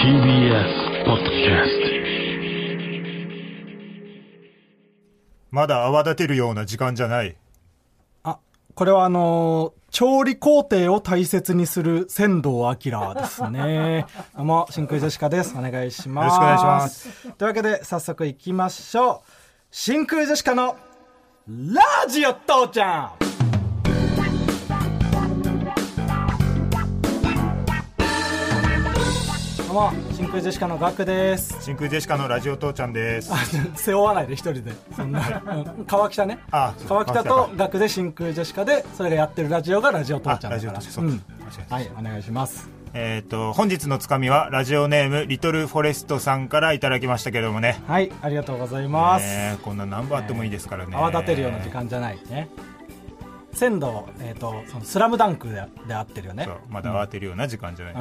TBS ポッドキャスト。 まだ泡立てるような時間じゃない。 あ、これは調理工程を大切にする仙道明ですね。どうも真空ジェシカです。お願いします。 よろしくお願いします。 というわけで早速いきましょう。真空ジェシカのラジオ父ちゃん。どうも真空ジェシカのガクです。 真空ジェシカのラジオ父ちゃんです。 背負わないで一人でそんな川北ね。川北とガクで真空ジェシカで、それがやってるラジオがラジオ父ちゃんだから。ラジオ父ちゃん、はい、お願いします。 本日のつかみはラジオネームリトルフォレストさんからいただきましたけどもね。 はい、ありがとうございます。 こんな何本あってもいいですからね。 泡立てるような時間じゃないね。鮮度、そのスラムダンクで合ってるよね。 そう、まだ慌てるような時間じゃない、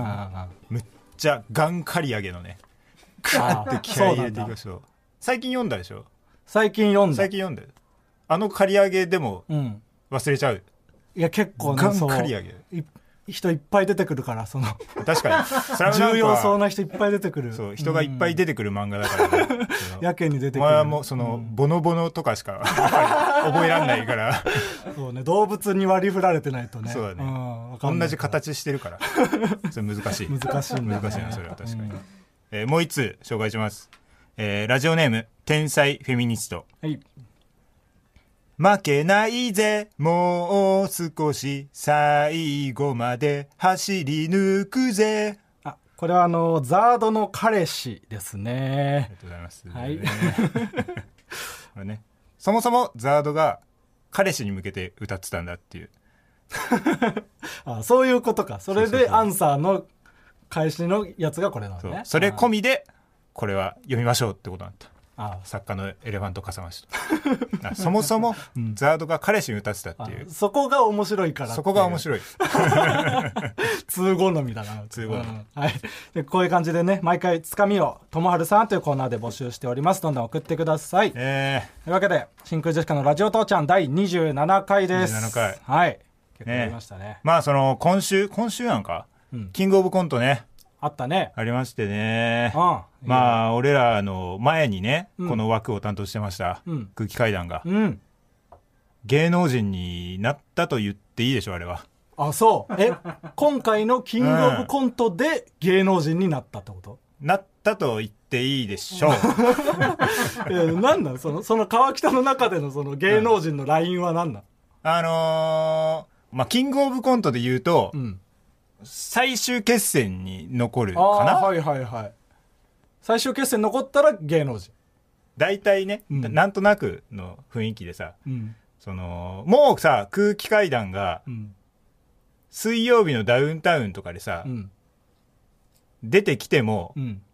むっちゃガン刈り上げのね、ガーって気合い入れていきましょう。最近読んだでしょ。 最近読んだ。 刈り上げでも忘れちゃう。 いや結構ね、 ガン刈り上げ人いっぱい出てくるから、その確かに重要そうな人いっぱい出てくる。 そう、人がいっぱい出てくる漫画だからね。 やけに出てくる。 お前はもうその、ボノボノとかしか覚えらんないからそうね、動物に割り振られてないとね。 そうだね、同じ形してるからそれ難しい難しいな、 それは確かに。もう一つ紹介します。ラジオネーム天才フェミニスト。 はい。 負けないぜ、もう少し最後まで走り抜くぜ。 あ、これはザードの彼氏ですね。 ありがとうございます。 はいこれね、そもそもザードが彼氏に向けて歌ってたんだっていうあ、そういうことか。それでアンサーの返しのやつがこれなんだね。 それ込みでこれは読みましょうってことなんだ。 作家のエレファントカサマシとそもそもザードが彼氏に歌ってたっていう、 そこが面白いから。 そこが面白い通好みだな。 通好み、 はい。でこういう感じでね、毎回つかみをともはるさんというコーナーで募集しております。どんどん送ってください。というわけで真空ジェシカのラジオ父ちゃん第27回です。 27回、 はい、結構やりましたね。 まあその今週なんか、キングオブコントね、 あったね。 ありましてね。まあ俺らの前にね、この枠を担当してました、空気階段が、芸能人になったと言っていいでしょ、あれは。あ、 そう。今回のキングオブコントで芸能人になったってこと？ なったと言っていいでしょう。 何なんその川北の中でのその芸能人のラインは何なん？ まあキングオブコントで言うと、最終決戦に残るかな。 はいはいはい。最終決戦残ったら芸能人。 大体ね、なんとなくの雰囲気でさ、そのもうさ、空気階段が、水曜日のダウンタウンとかでさ、出てきても、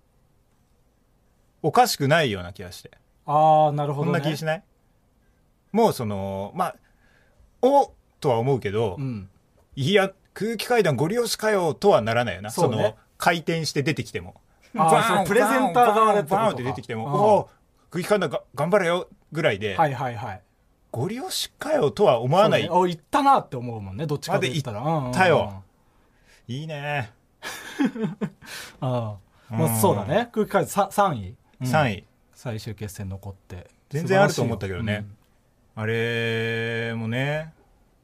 おかしくないような気がして。 ああ、なるほどね。 そんな気しない？もうその、まあ、とは思うけど、いや、空気階段ご利用しかよとはならないよな。その回転して出てきても、 プレゼンター側でバーンって出てきても、お空気階段頑張れよぐらいで、 はいはいはい、 ご利用しかよとは思わない。 言ったなって思うもんね、どっちかで言ったら。 言ったよ。いいね。 まあそうだね。空気階段3位最終決戦残って、 全然あると思ったけどね、あれもね。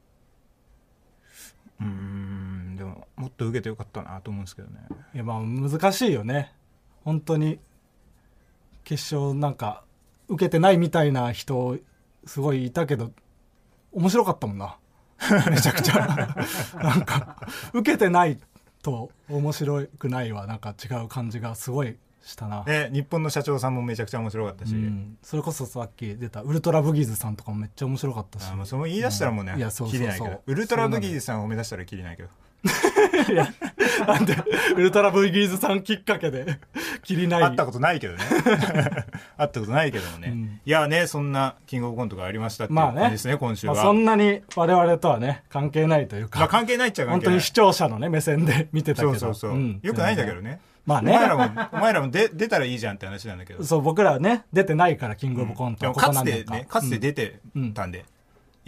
でももっと受けてよかったなと思うんですけどね。 いや、まあ難しいよね本当に。決勝なんか受けてないみたいな人すごいいたけど、面白かったもんなめちゃくちゃなんか受けてないと面白くないはなんか違う感じがすごいしたな。 日本の社長さんもめちゃくちゃ面白かったし、 それこそさっき出たウルトラブギーズさんとかもめっちゃ面白かったし。 その言い出したらもうね、キリないけど、ウルトラブギーズさんを目指したらキリないけどいや、なんでウルトラブギーズさんきっかけでキリない。 会ったことないけどね会ったことないけどもね、いやね、そんなキングオブコントがありましたっていう感じですね、今週は。 そんなに我々とはね関係ないというか、 関係ないっちゃ関係ない、 本当に視聴者のね目線で見てたけど、 よくないんだけどね。 まあね、 お前らも出たらいいじゃんって話なんだけど、 そう、僕らはね出てないから、キングオブコントはここ何年か、 かつて出てたんで、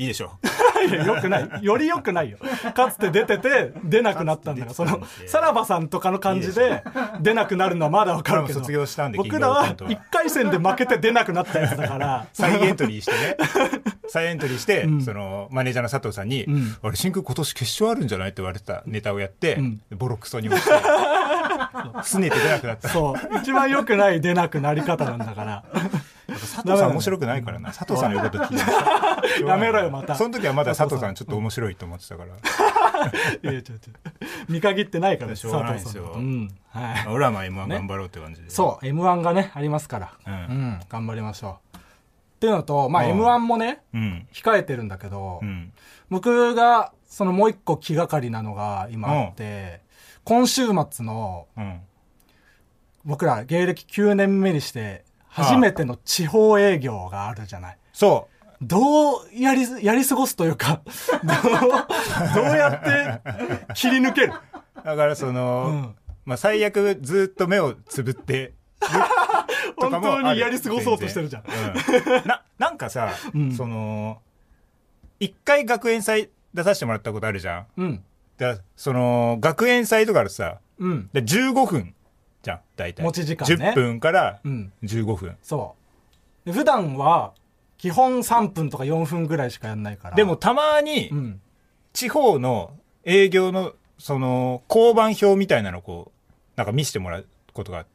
いいでしょいやよくない。よりよくないよ。かつて出てて出なくなったんだから、そのさらばさんとかの感じで出なくなるのはまだわかるけど、 卒業したんで僕らは1回戦で負けて出なくなったやつだから再エントリーしてね再エントリーして、そのマネージャーの佐藤さんに、あれ真空今年決勝あるんじゃないって言われてたネタをやって、ボロクソに落ちてすねて出なくなった。 そう一番良くない出なくなり方なんだから佐藤さん面白くないからな、佐藤さんの言うこと聞いてやめろよまた。 その時はまだ佐藤さんちょっと面白いと思ってたからいやちょ見限ってないからしょうがないですよ、 はい、 俺はまあ M1 頑張ろうって感じで、 そう M1 がねありますから、頑張りましょうっていうのと、まあ M1 もね、控えてるんだけど、僕がそのもう一個気がかりなのが今あって、今週末の、僕ら芸歴9年目にして初めての地方営業があるじゃない。 そうどうやり過ごすというかどうやって切り抜ける。 だからその、まあ最悪ずっと目をつぶって本当にやり過ごそうとしてるじゃん、 なんかさ、その一回学園祭出させてもらったことあるじゃん、だその学園祭とかでさ、で15分じゃん大体持ち時間ね 10分から15分、 そうで普段は基本3分とか4分ぐらいしかやんないから。 でもたまに地方の営業のその交番表みたいなのをこうなんか見せてもらうことがあって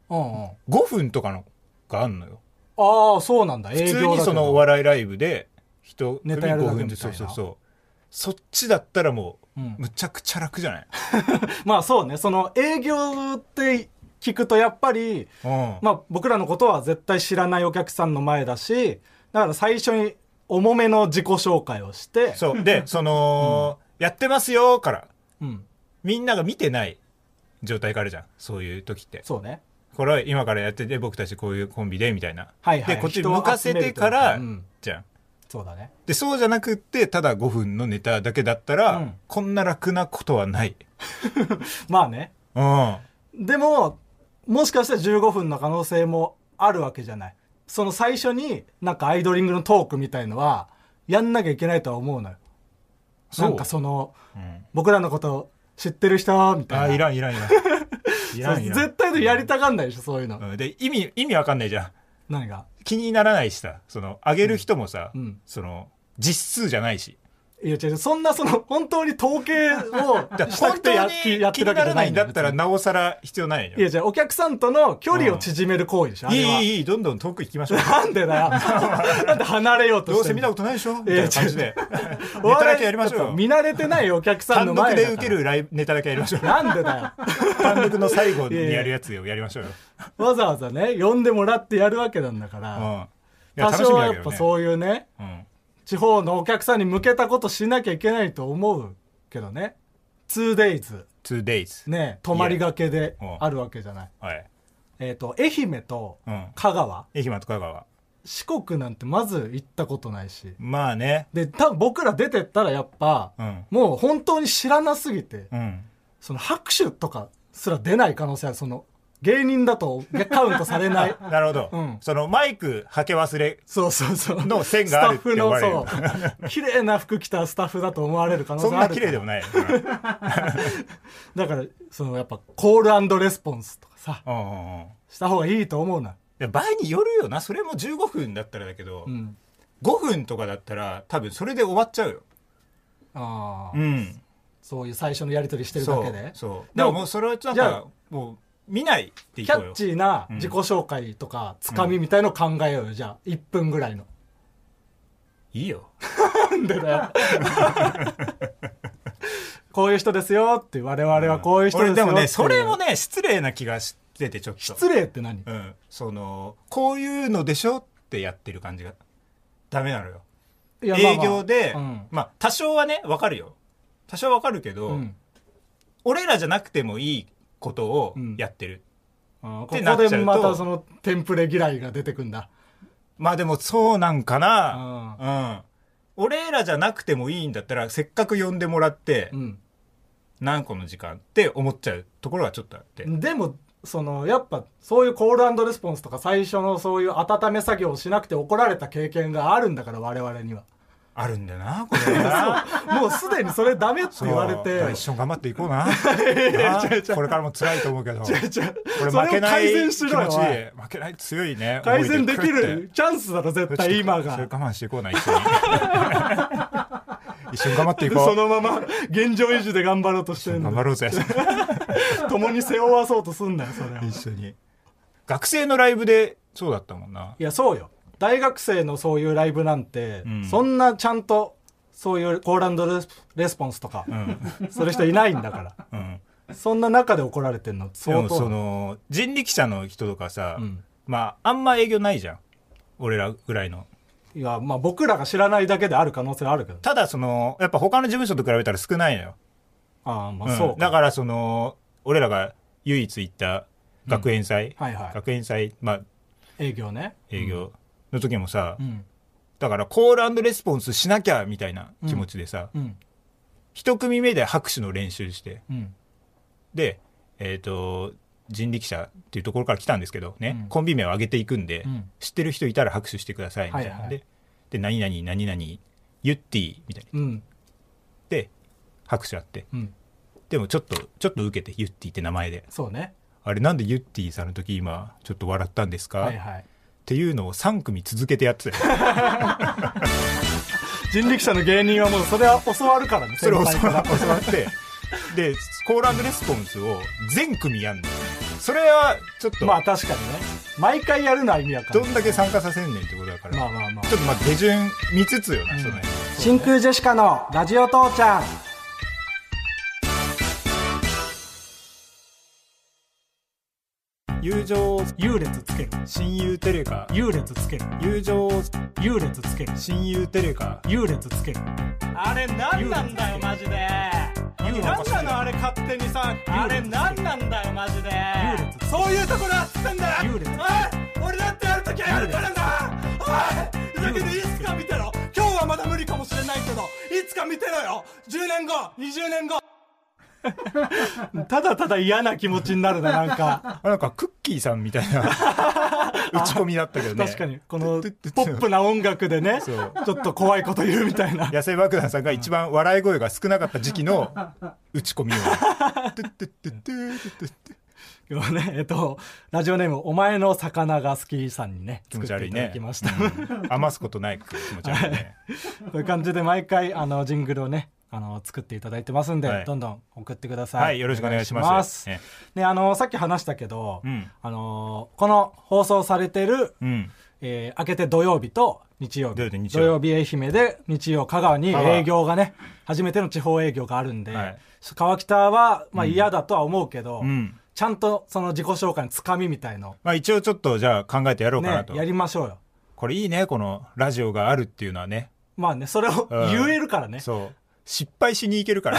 、5分とかのがあんのよ。 ああそうなんだ。 普通にそのお笑いライブで1 ネタやるだけ 5分で、そうそっちだったらもうむちゃくちゃ楽じゃないまあそうね、その営業って聞くとやっぱり、まあ僕らのことは絶対知らないお客さんの前だし、だから最初に重めの自己紹介をして、 そうでその、やってますよから、みんなが見てない状態からじゃんそういう時って。 そうね、 これは今からやってて僕たちこういうコンビでみたいな、でこっち向かせてか人をら、 集めるというかじゃん。 そうだね。 でそうじゃなくってただ5分のネタだけだったら、こんな楽なことはないまあね、でももしかしたら15分の可能性もあるわけじゃない。その最初になんかアイドリングのトークみたいのはやんなきゃいけないとは思うのよ。なんかその、僕らのこと知ってる人みたいな。 いらん絶対でやりたがんないでしょそういうの、 で意味わかんないじゃん。 何が気にならないしさ、その上げる人もさ、その実数じゃないし。 いや違う、そんなその本当に統計をしたくてやってるわけじゃないんだよ。 気にならないんだったらなおさら必要ないよ。 いやじゃあお客さんとの距離を縮める行為でしょ、あれは。 いいどんどん遠く行きましょう。 なんでだよなんで離れようとしてんの。 どうせ見たことないでしょみたいな感じでネタだけやりましょうよ。 見慣れてないお客さんの前だから単独で受けるネタだけやりましょう。 なんでだよ単独の最後にやるやつをやりましょうよ。 わざわざね呼んでもらってやるわけなんだから、多少はやっぱそういうね、地方のお客さんに向けたことしなきゃいけないと思うけどね。 2days ね、泊まりがけであるわけじゃない。愛媛と香川、四国なんてまず行ったことないし、 まあね。 で多分僕ら出てったらやっぱ、もう本当に知らなすぎて、その拍手とかすら出ない可能性ある。その芸人だとカウントされないなるほど、そのマイクはけ忘れの線があるって思われる。 スタッフのそう綺麗な服着たスタッフだと思われる可能性ある。 そんな綺麗でもないだからそのやっぱコール&レスポンスとかさ、した方がいいと思うな。 場合によるよな。それも15分だったらだけど、5分とかだったら多分それで終わっちゃうよ。 そういう最初のやり取りしてるだけで。 そうでももうそれはなんかもう見ないっていこうよ。 キャッチーな自己紹介とかつかみみたいの考えようよ、じゃあ1分ぐらいの。 いいよなんでだよこういう人ですよって我々はこういう人ですよって、 俺でもねそれもね失礼な気がしててちょっと。 失礼って何？ そのこういうのでしょってやってる感じがダメなのよ。営業でまあ多少はね分かるよ。多少は分かるけど、俺らじゃなくてもいいことをやってる、 ここでまたそのテンプレ嫌いが出てくんだ。 まあでもそうなんかな、俺らじゃなくてもいいんだったらせっかく呼んでもらって、何個の時間って思っちゃうところがちょっとあって。 でもそのやっぱそういうコール&レスポンスとか最初のそういう温め作業をしなくて怒られた経験があるんだから我々には。 あるんだよなこれなもうすでにそれダメって言われて一緒に頑張っていこうな違うこれからも辛いと思うけどこれそれ負けない改善しろよ気持ち負けない強いね改善でき思いるチャンスだろ絶対今がそれ我慢していこうな一緒に一緒に頑張っていこうそのまま現状維持で頑張ろうとしてるんだ頑張ろうぜ共に背負わそうとすんだよそれは一緒に学生のライブでそうだったもんないやそうよ大学生のそういうライブなんて、 うん、 そんなちゃんとそういうコール&レスポンスとか、うん、する人いないんだから、うん、そんな中で怒られてんの相当。 でもその人力車の人とかさ、うん、まああんま営業ないじゃん俺らぐらいの。 いやまあ僕らが知らないだけである可能性はあるけど、 ただそのやっぱ他の事務所と比べたら少ないのよ。 ああまあそうか、 だからその俺らが唯一行った学園祭、はいはい、学園祭まあ営業ね営業の時もさ、だからコール&レスポンスしなきゃみたいな気持ちでさ、一組目で拍手の練習して、で人力車っていうところから来たんですけどね、コンビ名を上げていくんで、知ってる人いたら拍手してくださいみたいな、で何々何々ユッティみたいな、で拍手あって、でもちょっと受けてユッティって名前で、 そうね、 あれなんでユッティさんの時今ちょっと笑ったんですか、はいはい、っていうのを3組続けてやってたよ人力車の芸人はもうそれは教わるからね。 それを教わってでコール&レスポンスを全組やんの。それはちょっとまあ確かにね毎回やるのは意味わかんない。 どんだけ参加させんねんってことだから、 まあまあまあ、 ちょっとまあ手順見つつよな、その真空ジェシカのラジオ父ちゃん。 友情優劣つける親友テレカ優劣つける友情優劣つける親友テレカ優劣つける。あれ何なんだよマジで。何なのあれ勝手にさ。あれ何なんだよマジで。そういうところはつってんだよ。俺だってやるときはやるからな。おいだけどいつか見てろ。今日はまだ無理かもしれないけどいつか見てろよ。10年後20年後ただただ嫌な気持ちになるな。なんかクッキーさんみたいな打ち込みだったけどね。 確かにこのポップな音楽でねちょっと怖いこと言うみたいな。 野生爆弾さんが一番笑い声が少なかった時期の打ち込みを今日ねラジオネームお前の魚が好きさんにね作っていただきました、 余すことない気持ち悪いね、 こういう感じで毎回ジングルをね作っていただいてますんで、どんどん送ってください。 はい、よろしくお願いします。 ね、さっき話したけど、この放送されてる、明けて土曜日と日曜日、土曜日愛媛で日曜香川に営業がね初めての地方営業があるんで、川北はまあ嫌だとは思うけど、ちゃんとその自己紹介のつかみみたいの、 まあ、一応ちょっとじゃあ考えてやろうかなと、 やりましょうよ。 これいいね、このラジオがあるっていうのはね。 まあね、それを言えるからね、 そう失敗しに行けるから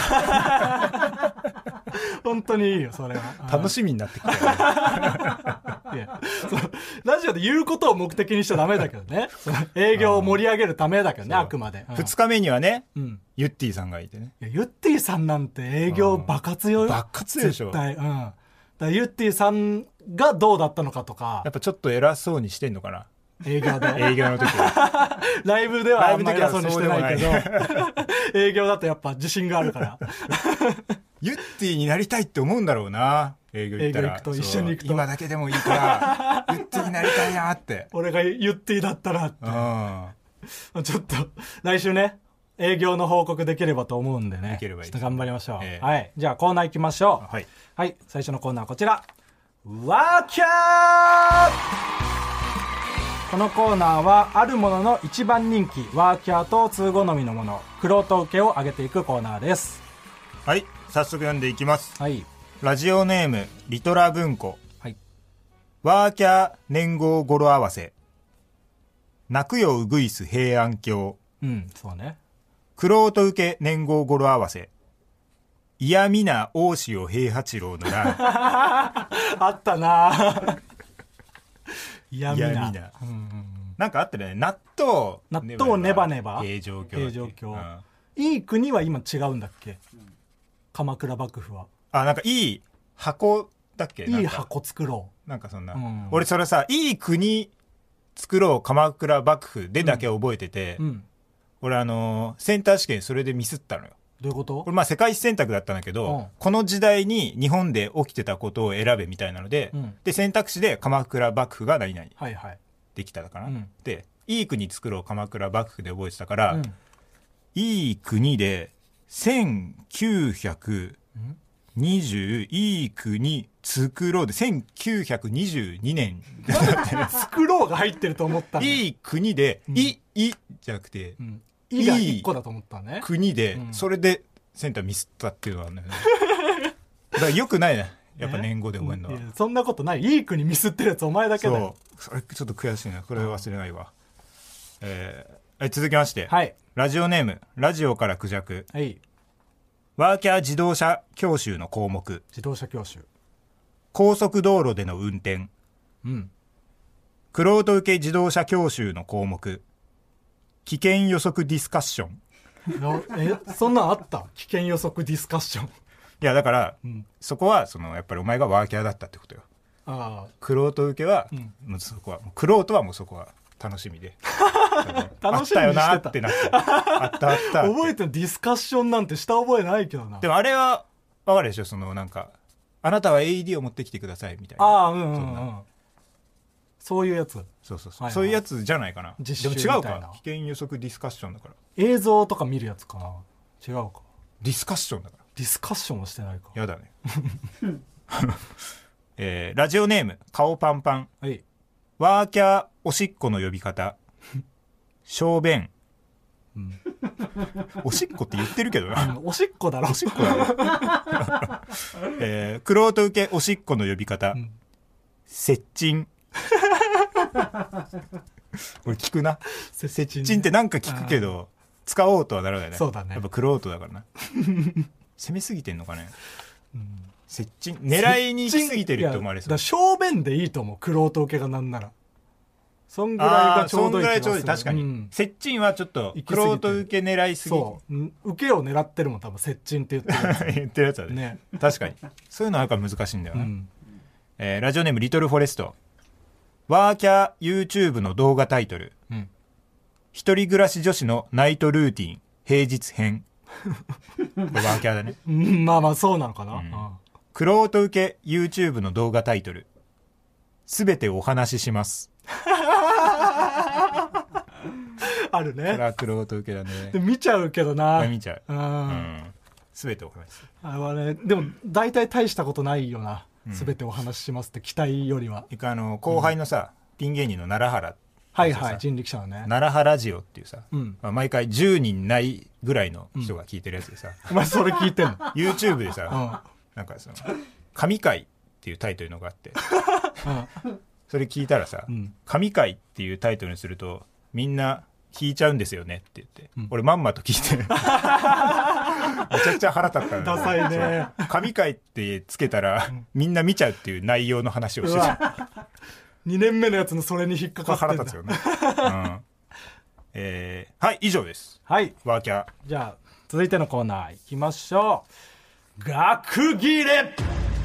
本当にいいよそれは。 楽しみになってきたよ、ね、 いやラジオで言うことを目的にしちゃダメだけどね営業を盛り上げるためだけどね、あくまで。 2日目にはね、ユッティさんがいてね。 いやユッティさんなんて営業爆発よ。 爆発でしょ絶対。だからユッティさんがどうだったのかとか、 やっぱちょっと偉そうにしてんのかな、 営業で。 営業の時はライブではあんまり偉そうにしてないけど営業だとやっぱ自信があるからユッティになりたいって思うんだろうな、営業行ったら。 営業行くと一緒に行くと今だけでもいいからユッティになりたいなって俺がユッティだったらって、ちょっと来週ね営業の報告できればと思うんでね、ちょっと頑張りましょう、はい。じゃあコーナー行きましょう。はい、最初のコーナーはこちら、ワーキャー。このコーナーはあるものの一番人気ワーキャーと通好みのもの、玄人受けを上げていくコーナーです。 はい、早速読んでいきます。 はい、 ラジオネームリトラ文庫、はい、ワーキャー年号語呂合わせ、泣くようぐいす平安京、 そうね。 玄人受け年号語呂合わせ、嫌味な大塩平八郎の欄あったな嫌味な、 なんかあったね。納豆ネバネバ平城京、 いい国は今違うんだっけ、鎌倉幕府は。 なんかいい箱だっけ、 いい箱作ろう、なんかそんな、俺それさ、いい国作ろう鎌倉幕府でだけ覚えてて、 俺センター試験それでミスったのよ。 どういうこと？ これまあ世界史選択だったんだけど、この時代に日本で起きてたことを選べみたいなので、で選択肢で鎌倉幕府が何々できたかな、でいい国作ろう鎌倉幕府で覚えてたから、いい国で1920いい国作ろうで1922年作ろうが入ってると思ったんだ。 いい国で、いじゃなくて、 いが1個だと思ったね。 国で、それでセンターミスったっていうのはねだからよくないねやっぱ年号で覚えるのは。 そんなことない。いい国ミスってるやつお前だけだよ。 それちょっと悔しいな。これ忘れないわ。続きまして、 はい、 ラジオネームラジオからクジャク、 はい、 ワーキャー自動車教習の項目。 自動車教習。 高速道路での運転。玄人受け自動車教習の項目。危険予測ディスカッション。 そんなんあった？危険予測ディスカッション。 いやだから、そこはやっぱりお前がワーキャーだったってことよ。玄人受けは、もうそこは玄人はもうそこは楽しみで楽しみにしてた。 あったよなってなってあった覚えてる。ディスカッションなんてした覚えないけどな。 でもあれは分かるでしょ。なんかあなたは AED を持ってきてくださいみたいな。 そういうやつ。 そういうやつじゃないかな。でも違うか。危険予測ディスカッションだから。 映像とか見るやつかな。違うか。 ディスカッションだから。 ディスカッションはしてないか。 やだねラジオネーム顔パンパン、 はい、 ワーキャーおしっこの呼び方小便、おしっこって言ってるけどな、 おしっこだろ。 おしっこだろ玄人受けおしっこの呼び方、接近これ聞くな。接近ってなんか聞くけど使おうとはならないね。 そうだね。 やっぱ玄人だからな攻めすぎてんのかね。接近狙いに行きすぎてるって思われそう。 だ小便でいいと思う。玄人受けがなんならそんぐらいがちょうどいい気がする。 そんぐらいちょうどいい。確かに、接近はちょっと玄人受け狙いすぎ。 そう受けを狙ってるもん多分。接近って言ってるやつ言ってるやつは ね確かにそういうのはなんか難しいんだよな、ラジオネームリトルフォレスト、ワーキャー YouTube の動画タイトル、一人暮らし女子のナイトルーティン平日編これワーキャーだねまあまあそうなのかな。 玄人受け YouTube の動画タイトル、すべてお話ししますあるね。 これは玄人受けだね。 で見ちゃうけどな。 見ちゃう。すべてお話し。 あれはね、でも大体大したことないよな。すべてお話ししますって期待よりは。 後輩のさ、ピン芸人の奈良原、 はいはい、人力車のね、 奈良原ラジオっていうさ、毎回10人ないぐらいの人が聞いてるやつでさ、 お前それ聞いてんの？ YouTube でさ、なんか神回っていうタイトルのがあってそれ聞いたらさ、神回っていうタイトルにするとみんな聞いちゃうんですよねって言って、俺まんまと聞いてめちゃくちゃ腹立ったダサいね。 神回ってつけたら、みんな見ちゃうっていう内容の話をしてた。 2年目のやつのそれに引っかかってんだ。 腹立つよね、はい以上です。 はい、 ワーキャー。 じゃあ続いてのコーナーいきましょう。学切れ。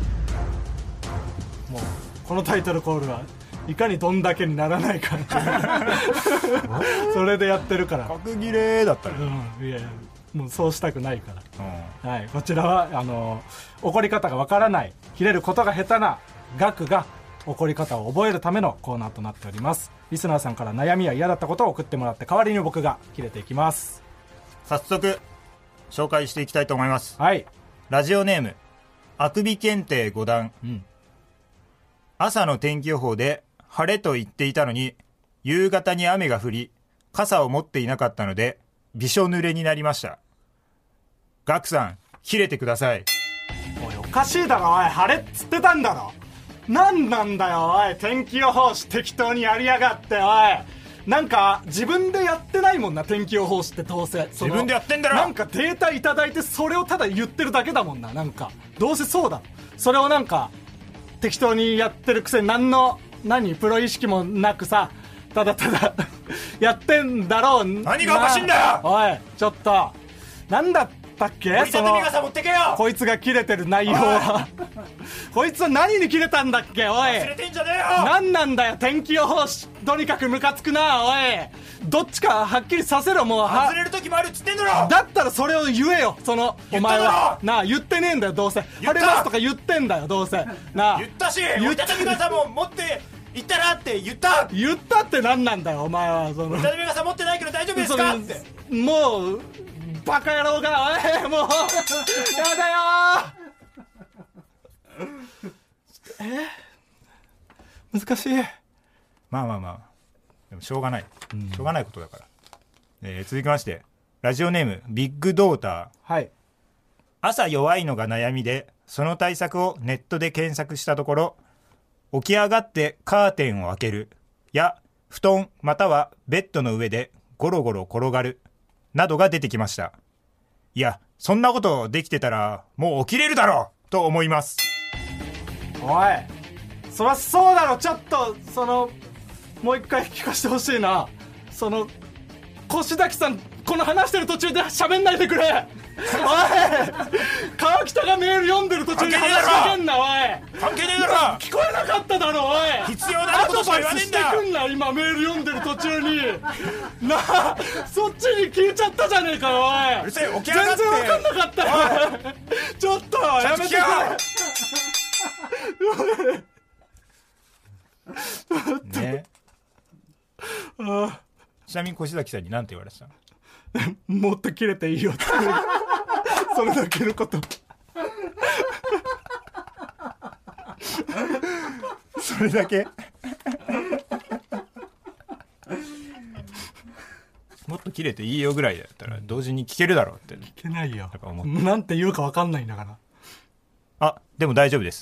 もうこのタイトルコールはいかにどんだけにならないかそれでやってるから。 学切れだったね。 いやもうそうしたくないから、はい、こちらは怒り方がわからない、切れることが下手な学が怒り方を覚えるためのコーナーとなっております。リスナーさんから悩みや嫌だったことを送ってもらって、代わりに僕が切れていきます。 早速紹介していきたいと思います。 はい。 ラジオネームあくび検定5段、朝の天気予報で晴れと言っていたのに夕方に雨が降り、傘を持っていなかったのでびしょ濡れになりました。ガクさん切れてください。 おいおかしいだろ、おい晴れっつってたんだろ。なんなんだよおい、天気予報士適当にやりやがって。おいなんか自分でやってないもんな、天気予報士って。どうせ自分でやってんだろ。 なんかデータいただいてそれをただ言ってるだけだもんな。なんかどうせそうだ、それをなんか適当にやってるくせに何プロ意識もなくさ、ただただやってんだろう。 何がおかしいんだよ。 おいちょっとなんだったっけ、 折りたたみ傘持ってけよ。 こいつが切れてる内容はこいつは何に切れたんだっけおい。 忘れてんじゃねえよ。 何なんだよ天気予報士、とにかくムカつくなおい。どっちかはっきりさせろ。もう外れる時もあるっつってんだろ。 だったらそれを言えよ。そのお前はなあ、言ってねえんだよどうせ。晴れますとか言ってんだよどうせなあ。 言ったし、折りたたみ傘も持って行ったらって言ったって何なんだよお前は。その折りたたみ傘持ってないけど大丈夫ですかって。 もうバカ野郎がおい、もうやだよ難しい。 まあでもしょうがない、しょうがないことだから、続きましてラジオネームビッグドーター。 はい。 朝弱いのが悩みでその対策をネットで検索したところ、起き上がってカーテンを開けるや布団またはベッドの上でゴロゴロ転がるなどが出てきました。いやそんなことできてたらもう起きれるだろうと思います。 おいそりゃそうだろ。ちょっとそのもう一回聞かせてほしいな。その越崎さんこの話してる途中で喋んないでくれおい川北がメール読んでる途中に話しかけんなおい。 関係ねえだろ。 聞こえなかっただろおい。 必要なことしか言わねえんだよ。 アドバイスしてくんな今メール読んでる途中になあ。そっちに聞いちゃったじゃねえかよおい。 うるせえ起き上がって。 全然分かんなかったよちょっとやめてくれね。ちなみに越崎さんに何て言われてたの？ もっと切れていいよってそれだけのことそれだけもっと切れていいよぐらいだったら同時に聞けるだろうって聞けないよ。 思ってなんて言うか分かんないんだから。 あ、でも大丈夫です、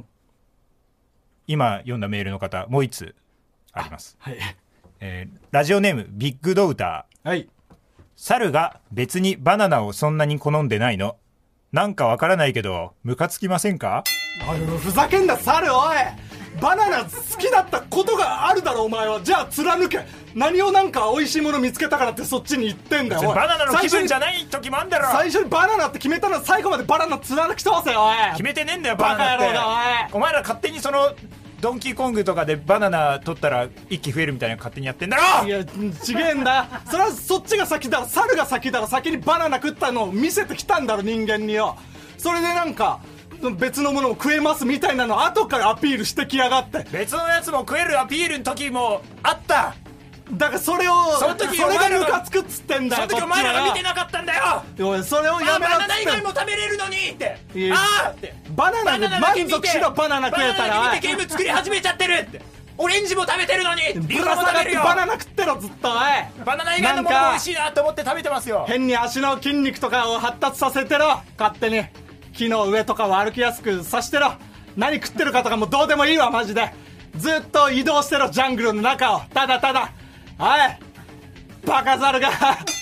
今読んだメールの方もう1通あります。 はい。 ラジオネームビッグドウター。 はい。 猿が別にバナナをそんなに好んでないのなんかわからないけどムカつきませんか？ ふざけんな猿おい。バナナ好きだったことがあるだろお前は。じゃあ貫け。何をなんか美味しいもの見つけたからってそっちに行ってんだよ。 バナナの気分じゃない時もあんだろ。 最初にバナナって決めたら最後までバナナ貫き通せよおい。 決めてねえんだよバナナって。 バカ野郎がお前ら勝手にそのドンキーコングとかでバナナ取ったら一気増えるみたいな勝手にやってんだろ。 いやちげえんだそれはそっちが先だろ。猿が先だろ。先にバナナ食ったのを見せてきたんだろ人間によ。それでなんか別のものを食えますみたいなの後からアピールしてきやがって。 別のやつも食えるアピールの時もあった。 だからそれをその時それがムカつくっつってんだよ。 その時お前らが見てなかったんだよ。 おいそれをやめろっつって。 バナナ以外も食べれるのにってあーってバナナで満足しろ。バナナ食えたらバナナ見てゲーム作り始めちゃってるってオレンジも食べてるのにリンゴもぶら下がって食べるよ。 バナナ食ってろずっとおい。 バナナ以外のものも美味しいなと思って食べてますよ。 変に足の筋肉とかを発達させてろ勝手に。木の上とかを歩きやすくさしてろ。何食ってるかとかもうどうでもいいわマジで。ずっと移動してろジャングルの中をただただ。おいバカザルが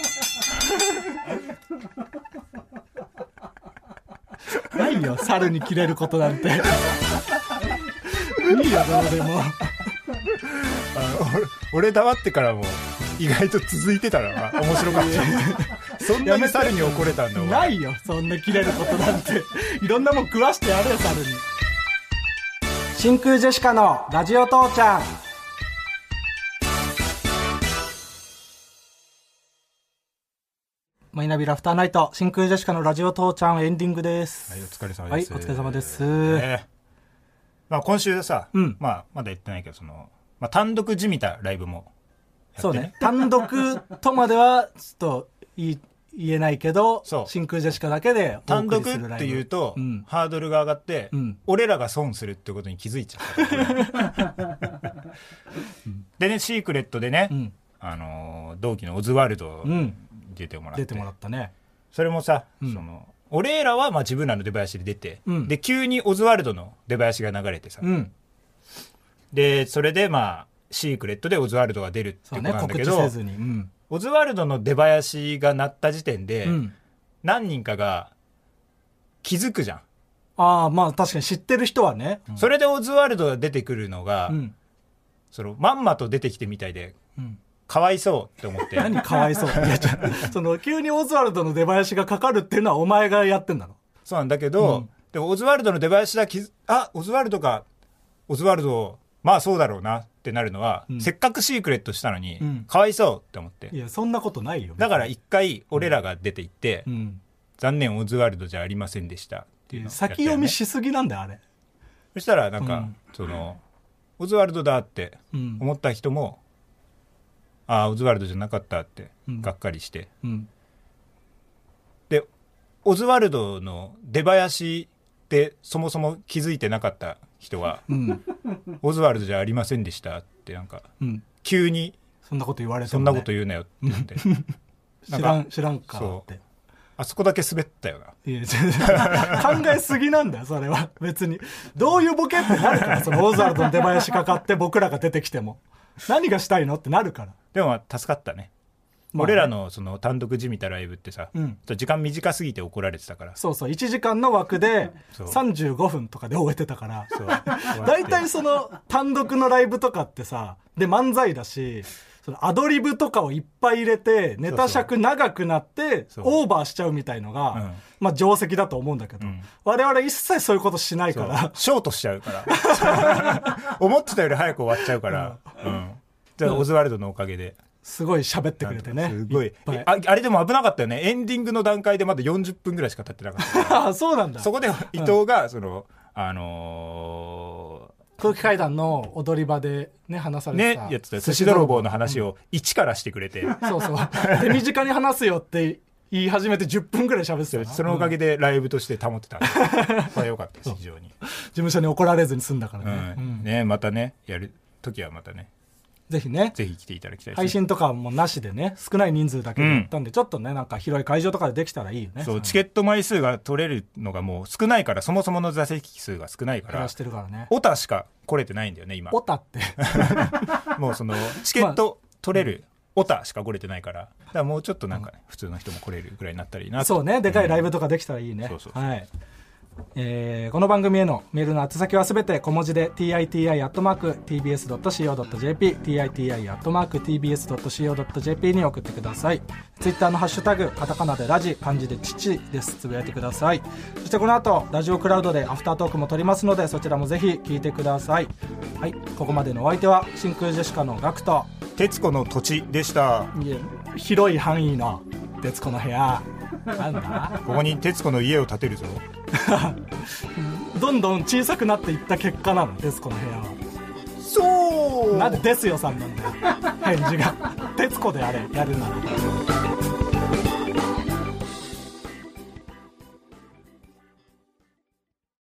ないよ猿に切れることなんていいよどうでも俺黙ってからも意外と続いてたら面白かったそんなに猿に怒れたんだ。 ないよそんな切れることなんていろんなもん食わしてやれよ猿に。真空ジェシカのラジオ父ちゃん。マイナビラフターナイト真空ジェシカのラジオ父ちゃんエンディングです。 はいお疲れ様です。 はいお疲れ様です、 まあ、今週さ、 まあ、まだ言ってないけどまあ、単独じみたライブもやって、ね、 そうね単独とまではちょっと言えないけど真空ジェシカだけでお送りするライブ。単独っていうと、 ハードルが上がって、俺らが損するってことに気づいちゃったでねシークレットでね、同期のオズワルド、出てもらったね。 それもさ、俺らはまあ自分らの出囃子で出て、で急にオズワルドの出囃子が流れてさ、でそれでまあシークレットでオズワルドが出るってことなんだけど、オズワルドの出囃子が鳴った時点で、何人かが気づくじゃん。 ああまあ確かに知ってる人はね、 それでオズワルドが出てくるのが、そのまんまと出てきてみたいで、かわいそうって思って。 何かわいそういやその急にオズワルドの出囃子がかかるっていうのはお前がやってんだろ。 そうなんだけど、 でもオズワルドの出囃子だオズワルドか、オズワルドまあそうだろうなってなるのは、せっかくシークレットしたのに、かわいそうって思って。 いやそんなことないよ。 だから一回俺らが出て行って、残念オズワルドじゃありませんでしたっていうのをやったよね。 先読みしすぎなんだよあれ。 そしたらなんか、オズワルドだって思った人も、オズワルドじゃなかったってがっかりして、でオズワルドの出囃子ってそもそも気づいてなかった人は、オズワルドじゃありませんでしたってなんか、急にそんなこと言われても、ね、そんなこと言うなよって言って知らんかって。 あそこだけ滑ったよな。 いや考えすぎなんだよそれは。別にどういうボケってなるから、そのオズワルドの出囃子かかって僕らが出てきても何がしたいのってなるから。 でも助かったね。俺らのその単独地見たライブってさ、時間短すぎて怒られてたから。 そうそう、1時間の枠で35分とかで終えてたから。だいたいその単独のライブとかってさ、で漫才だし、そのアドリブとかをいっぱい入れてネタ尺長くなってオーバーしちゃうみたいのが、まあ定石だと思うんだけど、我々一切そういうことしないから。 ショートしちゃうから思ってたより早く終わっちゃうから、じゃあオズワルドのおかげですごい喋ってくれてね。 すごい。あれでも危なかったよね。エンディングの段階でまだ40分ぐらいしか経ってなかったから。 そうなんだ。 そこで伊藤がその、 空気階段の踊り場でね話されてた、 やってた寿司泥棒の話を一からしてくれて、 そうそう手短に話すよって言い始めて10分ぐらい喋ってた。 そのおかげでライブとして保ってた。これ良かったです非常に。 事務所に怒られずに済んだからね。 ね、またねやる時はまたね。 ぜひね、 ぜひ来ていただきたいですね。 配信とかもなしでね、少ない人数だけでやったんで、ちょっとねなんか広い会場とかでできたらいいよね。 そう、チケット枚数が取れるのがもう少ないから、そもそもの座席数が少ないから、 減らしてるからね。 オタしか来れてないんだよね今。 オタってもうそのチケット取れるオタしか来れてないから、だからもうちょっとなんかね、普通の人も来れるぐらいになったらいいな。 そうね、でかいライブとかできたらいいね。はい。この番組へのメールの宛先はすべて小文字で titi@tbs.co.jp titi@tbs.co.jp に送ってください。ツイッターのハッシュタグカタカナでラジ、漢字で父です。つぶやいてください。そしてこの後ラジオクラウドでアフタートークも撮りますので、そちらもぜひ聞いてください。はい、ここまでのお相手は真空ジェシカのガクと徹子の土地でした。 いや、広い範囲の徹子の部屋なんだここに徹子の家を建てるぞ。 どんどん小さくなっていった結果なの、徹子の部屋は。 そうなんでですよさんなんだよ返事が。徹子であれやるなら